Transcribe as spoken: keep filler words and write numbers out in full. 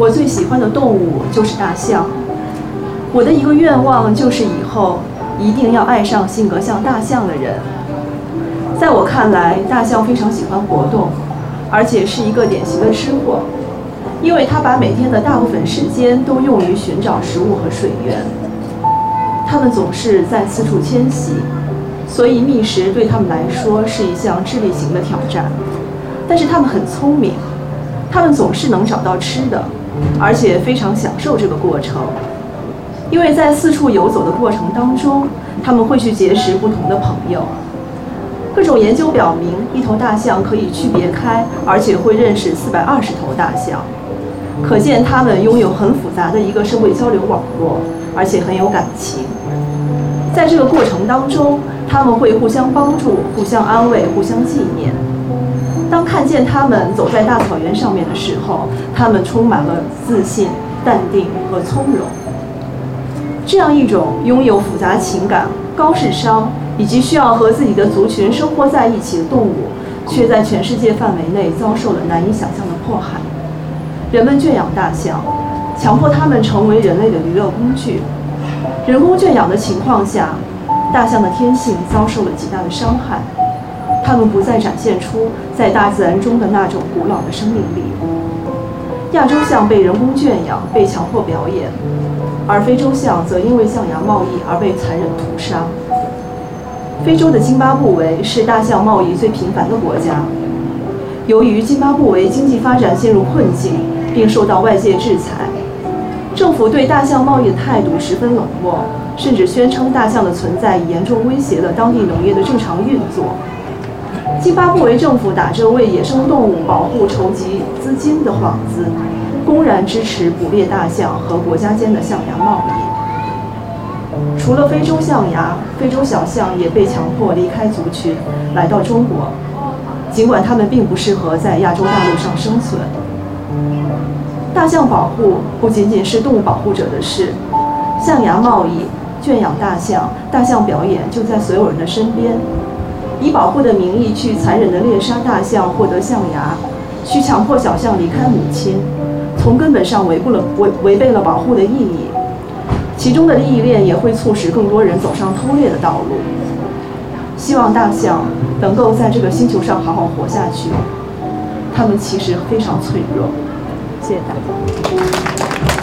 我最喜欢的动物就是大象。我的一个愿望就是以后一定要爱上性格像大象的人。在我看来，大象非常喜欢活动，而且是一个典型的吃货，因为它把每天的大部分时间都用于寻找食物和水源。它们总是在四处迁徙，所以觅食对它们来说是一项智力型的挑战。但是它们很聪明，它们总是能找到吃的，而且非常享受这个过程。因为在四处游走的过程当中，它们会去结识不同的朋友。各种研究表明，一头大象可以区别开，而且会认识四百二十头大象，可见它们拥有很复杂的一个社会交流网络，而且很有感情。在这个过程当中，它们会互相帮助、互相安慰、互相纪念。当看见它们走在大草原上面的时候，它们充满了自信、淡定和从容。这样一种拥有复杂情感、高智商以及需要和自己的族群生活在一起的动物，却在全世界范围内遭受了难以想象的迫害。人们圈养大象，强迫它们成为人类的娱乐工具。人工圈养的情况下，大象的天性遭受了极大的伤害，它们不再展现出在大自然中的那种古老的生命力。亚洲象被人工圈养，被强迫表演，而非洲象则因为象牙贸易而被残忍屠杀。非洲的津巴布韦是大象贸易最频繁的国家。由于津巴布韦经济发展陷入困境，并受到外界制裁，政府对大象贸易的态度十分冷漠，甚至宣称大象的存在已严重威胁了当地农业的正常运作。津巴布韦政府打着为野生动物保护筹集资金的幌子，公然支持捕猎大象和国家间的象牙贸易。除了非洲象牙，非洲小象也被强迫离开族群，来到中国，尽管它们并不适合在亚洲大陆上生存。大象保护不仅仅是动物保护者的事，象牙贸易、圈养大象、大象表演就在所有人的身边。以保护的名义去残忍地猎杀大象，获得象牙，去强迫小象离开母亲，从根本上违背了违违背了保护的意义。其中的利益链也会促使更多人走上偷猎的道路。希望大象能够在这个星球上好好活下去，它们其实非常脆弱。谢谢大家。